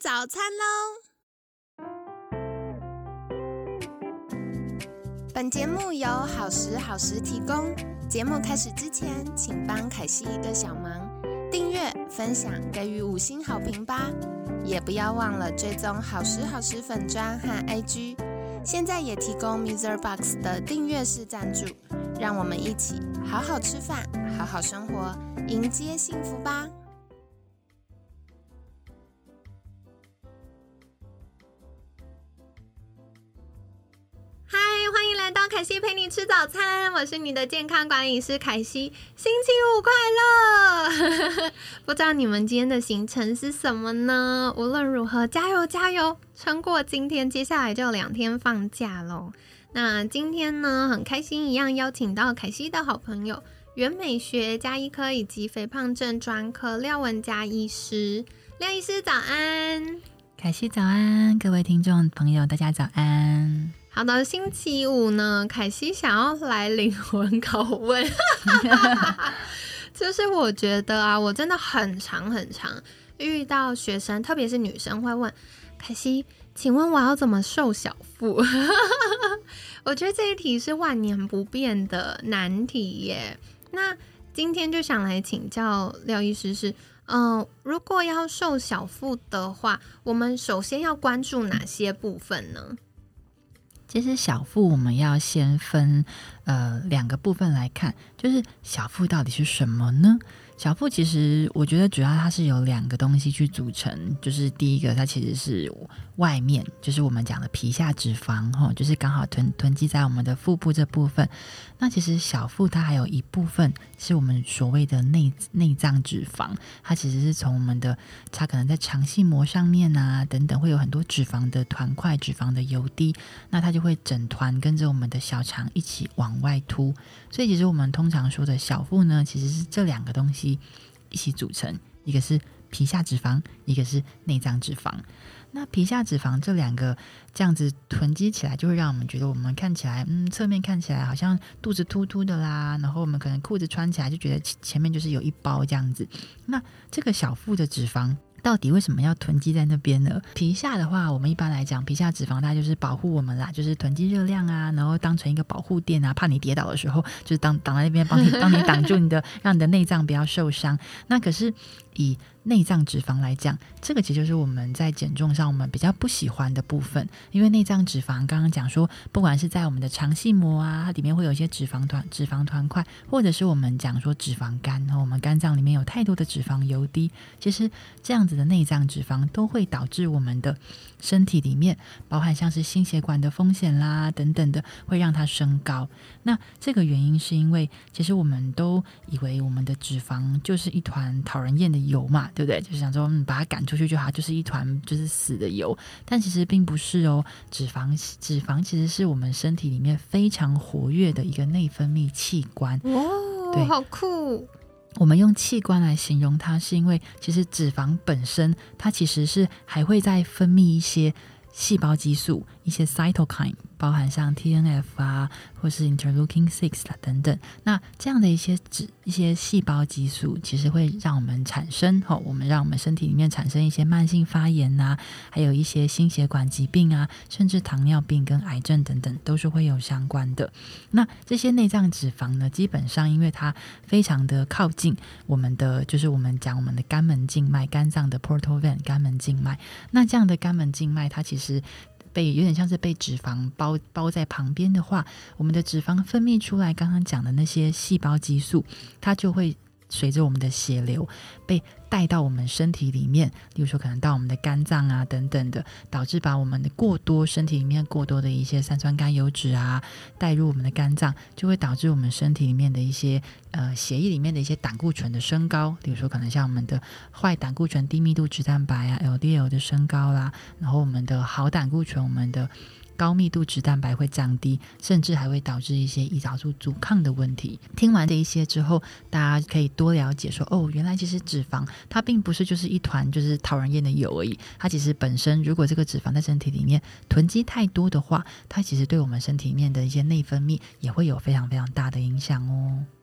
早餐喽！本节目由好时好时提供。节目开始之前，请帮凯西一个小忙，订阅、分享、给予5星好评吧！也不要忘了追踪好时好时粉专和 IG。现在也提供 MixerBox 的订阅式赞助，让我们一起好好吃饭，好好生活，迎接幸福吧！嗨，欢迎来到凯西陪你吃早餐，我是你的健康管理师凯西，星期五快乐！不知道你们今天的行程是什么呢？无论如何，加油加油，撑过今天，接下来就2天放假咯。那今天呢，很开心一样邀请到凯西的好朋友，原美学家医科以及肥胖症专科廖文佳医师。廖医师早安。 凯西早安，各位听众朋友大家早安。 好的，星期五呢，凯西想要来灵魂拷问就是我觉得啊，我真的很常遇到学生，特别是女生会问凯西，请问我要怎么瘦小腹我觉得这一题是万年不变的难题耶。那今天就想来请教廖医师是如果要瘦小腹的话，我们首先要关注哪些部分呢？ 其实小腹我们要先分2个部分来看，就是小腹到底是什么呢？小腹其实我觉得主要它是由2个东西去组成，就是第一个它其实是外面，就是我们讲的皮下脂肪就是刚好囤积在我们的腹部这部分。那其实小腹它还有一部分是我们所谓的内脏脂肪，它其实是从我们的它可能在肠系膜上面啊等等会有很多脂肪的团块、脂肪的油滴，那它就会整团跟着我们的小肠一起往外凸。所以其实我们通常说的小腹呢，其实是这2个东西一起组成，一个是皮下脂肪，一个是内脏脂肪。那皮下脂肪这2个这样子囤积起来，就会让我们觉得我们看起来侧面看起来好像肚子凸凸的啦，然后我们可能裤子穿起来就觉得前面就是有一包这样子。那这个小腹的脂肪到底为什么要囤积在那边呢？皮下的话，我们一般来讲皮下脂肪它就是保护我们啦，就是囤积热量啊，然后当成一个保护垫啊，怕你跌倒的时候就是挡在那边帮你挡住你的让你的内脏不要受伤。那可是以内脏脂肪来讲，这个其实就是我们在减重上我们比较不喜欢的部分。因为内脏脂肪刚刚讲说，不管是在我们的肠系膜啊，它里面会有一些脂肪团块，或者是我们讲说脂肪肝，我们肝脏里面有太多的脂肪油滴，其实这样子的内脏脂肪都会导致我们的身体里面包含像是心血管的风险啦等等的，会让它升高。那这个原因是因为其实我们都以为我们的脂肪就是一团讨人厌的油嘛，对不对？就是想说把它赶出去就好，就是一团就是死的油。但其实并不是哦，脂肪其实是我们身体里面非常活跃的一个内分泌器官。 对，好酷。 我们用器官来形容它，是因为其实脂肪本身它其实是还会再分泌一些细胞激素，一些 cytokine， 包含像 TNF 啊，或是 interleukin 6 等等。那这样的一些细胞激素，其实会让我们产生让我们身体里面产生一些慢性发炎啊，还有一些心血管疾病啊，甚至糖尿病跟癌症等等，都是会有相关的。那这些内脏脂肪呢，基本上因为它非常的靠近我们的，就是我们讲我们的肝门静脉，肝脏的 portal vein 肝门静脉。那这样的肝门静脉，它其实有点像是被脂肪包在旁边的话，我们的脂肪分泌出来刚刚讲的那些细胞激素，它就会随着我们的血流被带到我们身体里面，例如说可能到我们的肝脏啊等等的，导致把我们的身体里面过多的一些三酸甘油酯啊带入我们的肝脏，就会导致我们身体里面的一些血液里面的一些胆固醇的升高，例如说可能像我们的坏胆固醇低密度脂蛋白啊 LDL 的升高啦，然后我们的好胆固醇，我们的高密度脂蛋白会降低，甚至还会导致一些胰岛素阻抗的问题。听完这一些之后，大家可以多了解说，原来其实脂肪它并不是就是一团就是讨人厌的油而已，它其实本身如果这个脂肪在身体里面囤积太多的话，它其实对我们身体里面的一些内分泌也会有非常非常大的影响哦。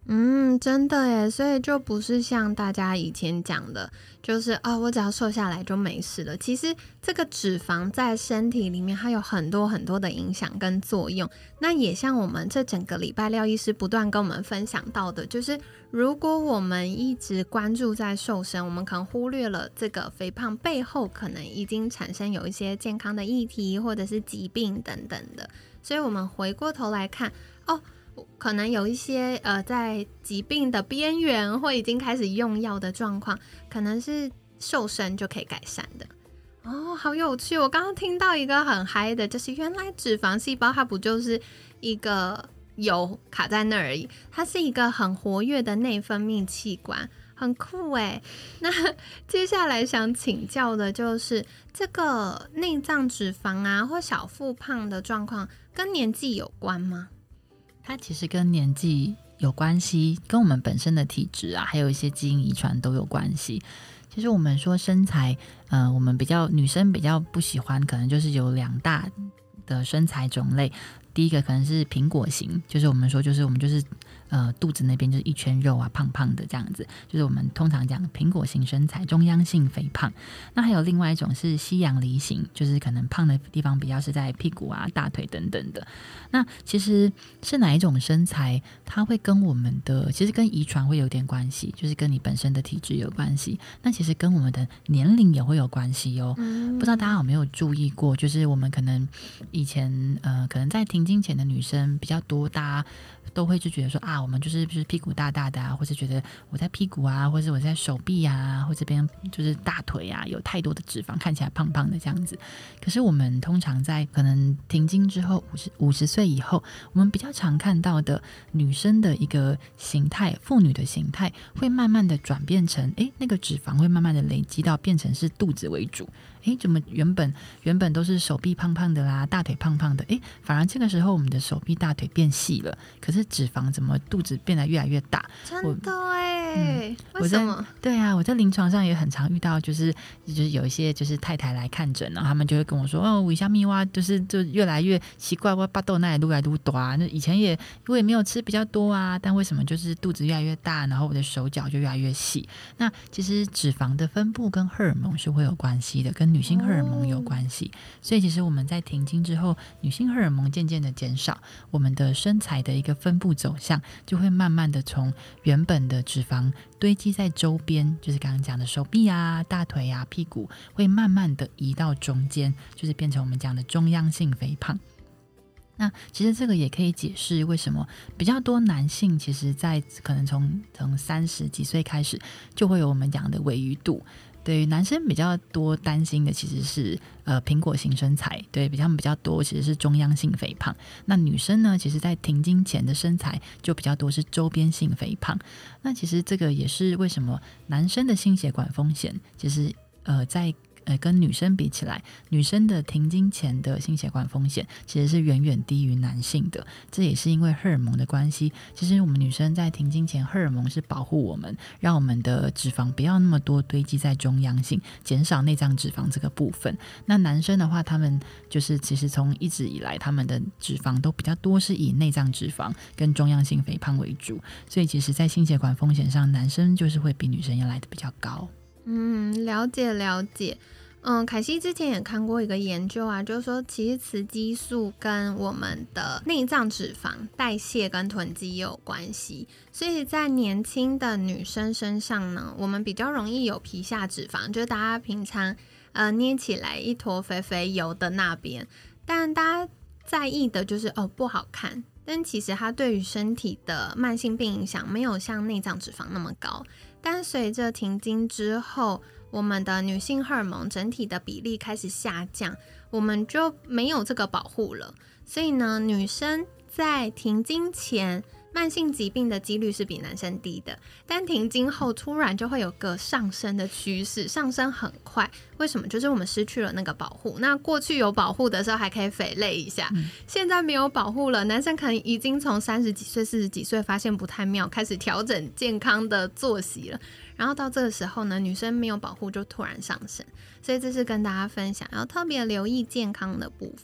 真的耶，所以就不是像大家以前讲的，就是我只要瘦下来就没事了。其实这个脂肪在身体里面它有很多很多的影响跟作用。那也像我们这整个礼拜廖医师不断跟我们分享到的，就是如果我们一直关注在瘦身，我们可能忽略了这个肥胖背后可能已经产生有一些健康的议题或者是疾病等等的。所以我们回过头来看可能有一些在疾病的边缘或已经开始用药的状况，可能是瘦身就可以改善的。好有趣！我刚刚听到一个很嗨的，就是原来脂肪细胞它不就是一个油卡在那而已，它是一个很活跃的内分泌器官，很酷耶。那接下来想请教的就是这个内脏脂肪啊或小腹胖的状况跟年纪有关吗？ 它其实跟年纪有关系，跟我们本身的体质啊，还有一些基因遗传都有关系。其实我们说身材，我们女生比较不喜欢，可能就是有2大的身材种类。第一个可能是苹果型，就是我们说就是我们就是肚子那边就是一圈肉啊，胖胖的这样子，就是我们通常讲苹果型身材，中央性肥胖。那还有另外一种是西洋梨型，就是可能胖的地方比较是在屁股啊、大腿等等的。那其实是哪一种身材，它会跟我们的其实跟遗传会有点关系，就是跟你本身的体质有关系。那其实跟我们的年龄也会有关系哦。不知道大家有没有注意过，就是我们可能以前可能在停经前的女生比较多，大家都会就觉得说我们就是屁股大大的啊，或是觉得我在屁股啊，或是我在手臂啊，或这边就是大腿啊，有太多的脂肪，看起来胖胖的这样子。可是我们通常在可能停经之后50岁以后，我们比较常看到的女生的一个形态，妇女的形态会慢慢的转变成那个脂肪会慢慢的累积到变成是肚子为主。怎么原本都是手臂胖胖的啦，大腿胖胖的，反而这个时候我们的手臂大腿变细了，可是脂肪怎么肚子变得越来越大？ 真的为什么？ 对啊，我在临床上也很常遇到，就是有一些就是太太来看诊，然后他们就会跟我说，我下面哇，就越来越奇怪，我巴豆那里撸来撸大，那以前我也没有吃比较多啊，但为什么就是肚子越来越大，然后我的手脚就越来越细？那其实脂肪的分布跟荷尔蒙是会有关系的，跟女性荷尔蒙有关系。所以其实我们在停经之后，女性荷尔蒙渐渐的减少，我们的身材的一个分布走向就会慢慢的从原本的脂肪堆积在周边，就是刚刚讲的手臂啊、大腿啊、屁股，会慢慢的移到中间，就是变成我们讲的中央性肥胖。那其实这个也可以解释为什么比较多男性其实在可能从30几岁开始就会有我们讲的尾鱼肚。对于男生比较多担心的其实是苹果型身材，对，他们比较多其实是中央性肥胖。那女生呢，其实在停经前的身材就比较多是周边性肥胖。那其实这个也是为什么男生的心血管风险其实在跟女生比起来，女生的停经前的心血管风险其实是远远低于男性的。这也是因为荷尔蒙的关系，其实我们女生在停经前，荷尔蒙是保护我们，让我们的脂肪不要那么多堆积在中央性，减少内脏脂肪这个部分。那男生的话，他们就是其实从一直以来他们的脂肪都比较多是以内脏脂肪跟中央性肥胖为主，所以其实在心血管风险上，男生就是会比女生要来的比较高。 了解。凯西之前也看过一个研究啊，就是说其实雌激素跟我们的内脏脂肪代谢跟囤积也有关系，所以在年轻的女生身上呢，我们比较容易有皮下脂肪，就是大家平常捏起来一坨肥肥油的那边，但大家在意的就是不好看，但其实它对于身体的慢性病影响没有像内脏脂肪那么高。但随着停经之后，我们的女性荷尔蒙整体的比例开始下降，我们就没有这个保护了。所以呢，女生在停经前慢性疾病的几率是比男生低的，但停经后突然就会有个上升的趋势，上升很快。为什么？就是我们失去了那个保护。那过去有保护的时候还可以肥累一下，现在没有保护了，男生可能已经从30几岁、40几岁发现不太妙，开始调整健康的作息了。然后到这个时候呢，女生没有保护就突然上升，所以这是跟大家分享要特别留意健康的部分。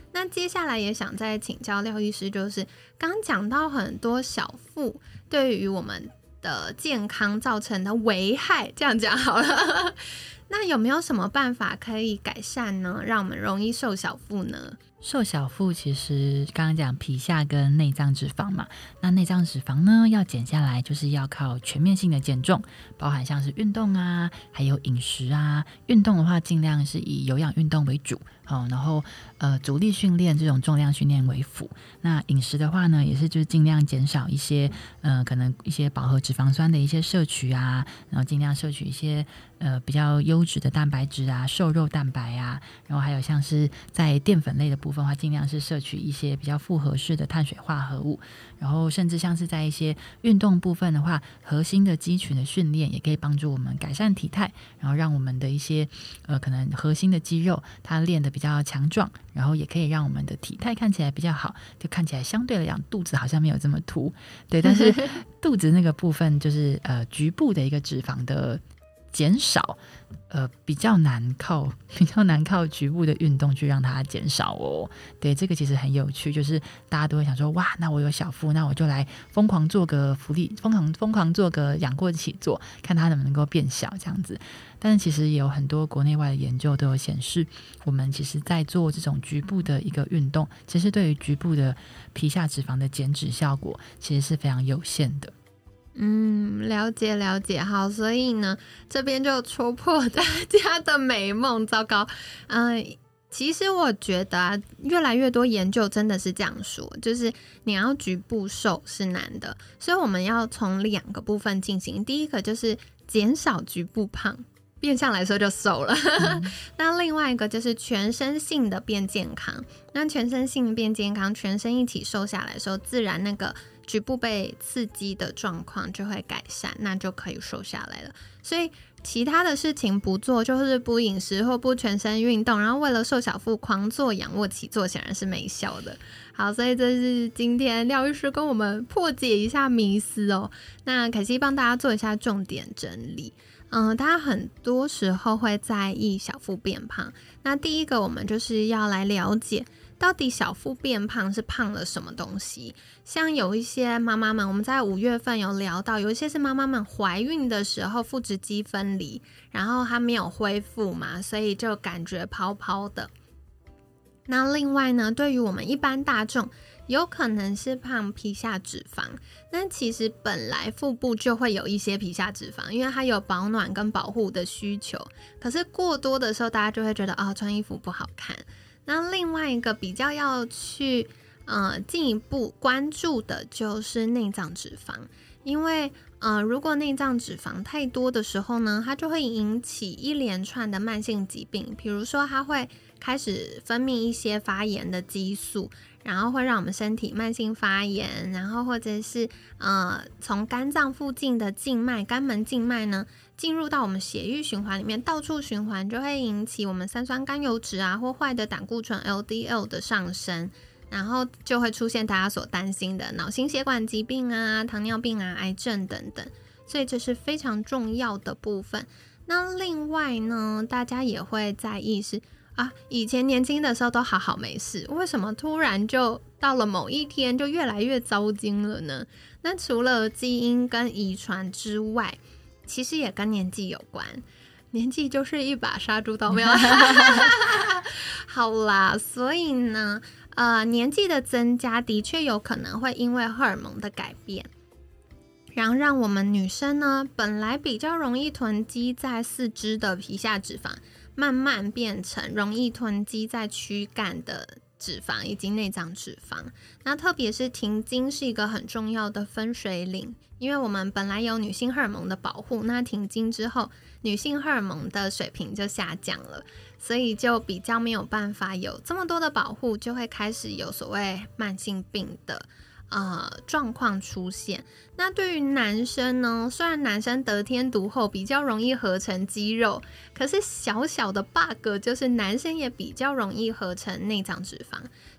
那接下来也想再请教廖医师，就是刚讲到很多小腹对于我们的健康造成的危害，这样讲好了那有没有什么办法可以改善呢，让我们容易瘦小腹呢？ 瘦小腹其实刚刚讲皮下跟内脏脂肪嘛，那内脏脂肪呢要减下来，就是要靠全面性的减重，包含像是运动啊，还有饮食啊。运动的话，尽量是以有氧运动为主，然后阻力训练这种重量训练为辅。那饮食的话呢，也是就是尽量减少一些可能一些饱和脂肪酸的一些摄取啊，然后尽量摄取一些比较优质的蛋白质啊，瘦肉蛋白啊，然后还有像是在淀粉类的部分的话，尽量是摄取一些比较复合式的碳水化合物，然后甚至像是在一些运动部分的话，核心的肌群的训练也可以帮助我们改善体态，然后让我们的一些可能核心的肌肉它练得比较强壮，然后也可以让我们的体态看起来比较好，就看起来相对来讲肚子好像没有这么凸，对，但是肚子那个部分就是局部的一个脂肪的减少，比较难靠局部的运动去让它减少哦。对，这个其实很有趣，就是大家都会想说，哇，那我有小腹，那我就来疯狂做个浮力，疯狂做个仰卧起坐，看它能不能够变小这样子。但是其实也有很多国内外的研究都有显示，我们其实在做这种局部的一个运动，其实对于局部的皮下脂肪的减脂效果其实是非常有限的。 了解了解，好，所以呢，这边就戳破大家的美梦，糟糕，其实我觉得啊，越来越多研究真的是这样说，就是你要局部瘦是难的，所以我们要从2个部分进行，第一个就是减少局部胖，变相来说就瘦了那另外一个就是全身性的变健康，那全身性变健康，全身一起瘦下来的时候，自然那个局部被刺激的状况就会改善，那就可以瘦下来了。所以其他的事情不做，就是不饮食或不全身运动，然后为了瘦小腹狂做仰卧起坐，显然是没效的。好，所以这是今天廖医师跟我们破解一下迷思哦。那凯西帮大家做一下重点整理。大家很多时候会在意小腹变胖，那第一个我们就是要来了解到底小腹变胖是胖了什么东西。像有一些妈妈们，我们在5月份有聊到，有一些是妈妈们怀孕的时候腹直肌分离，然后她没有恢复嘛，所以就感觉泡泡的。那另外呢，对于我们一般大众，有可能是胖皮下脂肪，但其实本来腹部就会有一些皮下脂肪，因为它有保暖跟保护的需求，可是过多的时候大家就会觉得穿衣服不好看。那另外一个比较要去进一步关注的就是内脏脂肪，因为如果内脏脂肪太多的时候呢，它就会引起一连串的慢性疾病，比如说它会开始分泌一些发炎的激素，然后会让我们身体慢性发炎，然后或者是从肝脏附近的静脉，肝门静脉呢进入到我们血液循环里面，到处循环，就会引起我们三酸甘油脂啊或坏的胆固醇 LDL 的上升，然后就会出现大家所担心的脑心血管疾病啊、糖尿病啊、癌症等等，所以这是非常重要的部分。那另外呢，大家也会在意是以前年轻的时候都好好没事，为什么突然就到了某一天就越来越糟心了呢？那除了基因跟遗传之外，其实也跟年纪有关，年纪就是一把杀猪刀，没有好啦，所以呢年纪的增加的确有可能会因为荷尔蒙的改变，然后让我们女生呢本来比较容易囤积在四肢的皮下脂肪，慢慢变成容易囤积在躯干的脂肪以及内脏脂肪。那特别是停经是一个很重要的分水岭，因为我们本来有女性荷尔蒙的保护，那停经之后女性荷尔蒙的水平就下降了，所以就比较没有办法有这么多的保护，就会开始有所谓慢性病的状况出现。那对于男生呢，虽然男生得天独厚，比较容易合成肌肉，可是小小的 bug 就是男生也比较容易合成内脏脂肪，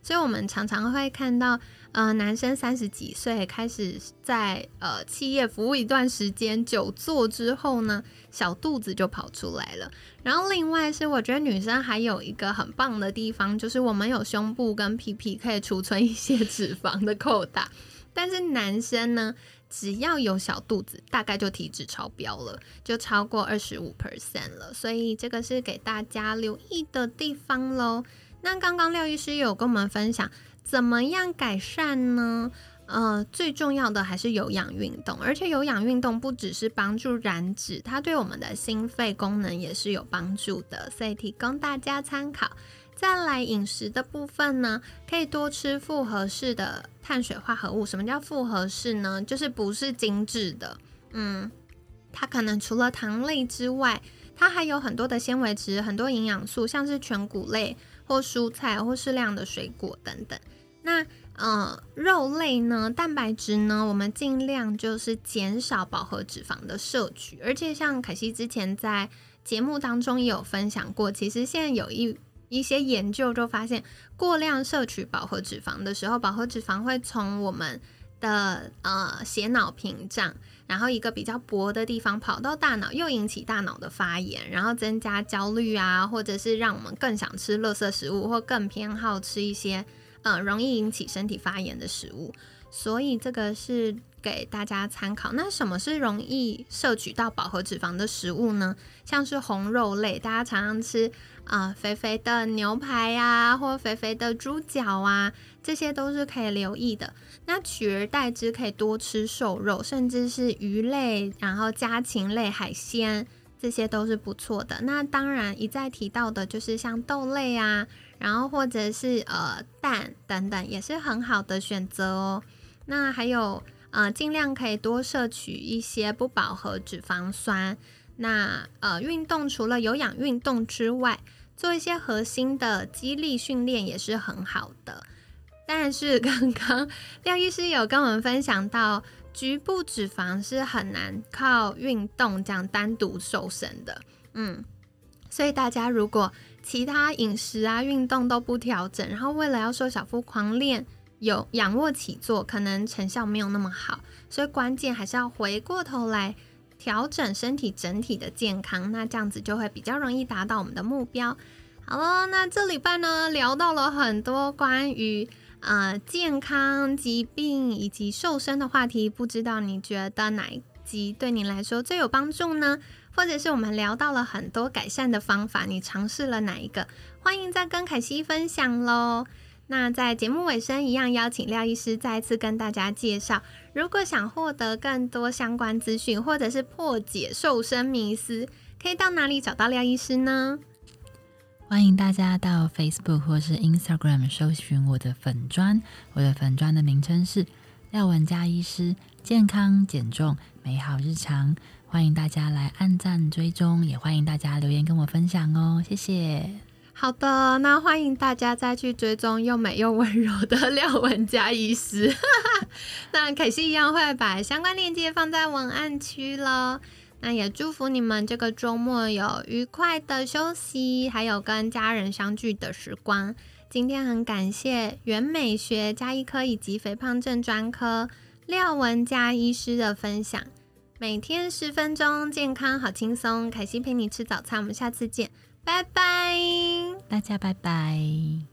所以我们常常会看到男生30几岁开始在企业服务一段时间，久坐之后呢，小肚子就跑出来了。然后另外是我觉得女生还有一个很棒的地方，就是我们有胸部跟屁屁可以储存一些脂肪的扣打，但是男生呢，只要有小肚子，大概就体脂超标了，就超过 25% 了，所以这个是给大家留意的地方咯。那刚刚廖医师有跟我们分享怎么样改善呢？最重要的还是有氧运动，而且有氧运动不只是帮助燃脂，它对我们的心肺功能也是有帮助的，所以提供大家参考。再来饮食的部分呢，可以多吃复合式的碳水化合物。什么叫复合式呢？就是不是精致的，它可能除了糖类之外，它还有很多的纤维质，很多营养素，像是全谷类或蔬菜或适量的水果等等。那肉类呢，蛋白质呢，我们尽量就是减少饱和脂肪的摄取。而且像凯西之前在节目当中也有分享过，其实现在有一些研究就发现，过量摄取饱和脂肪的时候，饱和脂肪会从我们的血脑屏障，然后一个比较薄的地方跑到大脑，又引起大脑的发炎，然后增加焦虑啊，或者是让我们更想吃垃圾食物，或更偏好吃一些容易引起身体发炎的食物。所以这个是给大家参考。那什么是容易摄取到饱和脂肪的食物呢？像是红肉类，大家常常吃肥肥的牛排啊，或肥肥的猪脚啊，这些都是可以留意的。那取而代之，可以多吃瘦肉，甚至是鱼类，然后家禽类、海鲜，这些都是不错的。那当然一再提到的就是像豆类啊，然后或者是蛋等等，也是很好的选择哦。那还有尽量可以多摄取一些不饱和脂肪酸。那运动除了有氧运动之外，做一些核心的肌力训练也是很好的。但是刚刚廖医师有跟我们分享到，局部脂肪是很难靠运动这样单独瘦身的。所以大家如果其他饮食啊、运动都不调整，然后为了要瘦小腹狂练有仰卧起坐，可能成效没有那么好。所以关键还是要回过头来调整身体整体的健康，那这样子就会比较容易达到我们的目标。好了，那这礼拜呢，聊到了很多关于健康、疾病以及瘦身的话题，不知道你觉得哪一集对你来说最有帮助呢？或者是我们聊到了很多改善的方法，你尝试了哪一个？欢迎再跟凯西分享咯。那在节目尾声一样邀请廖医师再一次跟大家介绍，如果想获得更多相关资讯，或者是破解瘦身迷思，可以到哪里找到廖医师呢？ 欢迎大家到 Facebook 或是 Instagram 搜寻我的粉专，我的粉专的名称是廖文佳医师，健康减重美好日常，欢迎大家来按赞追踪，也欢迎大家留言跟我分享哦，谢谢。 好的，那欢迎大家再去追踪又美又温柔的廖文佳医师那凯西一样会把相关链接放在文案区咯。那也祝福你们这个周末有愉快的休息，还有跟家人相聚的时光。今天很感谢原美学家医科以及肥胖症专科廖文佳医师的分享。每天10分钟，健康好轻松，凯西陪你吃早餐，我们下次见，拜拜， 大家拜拜。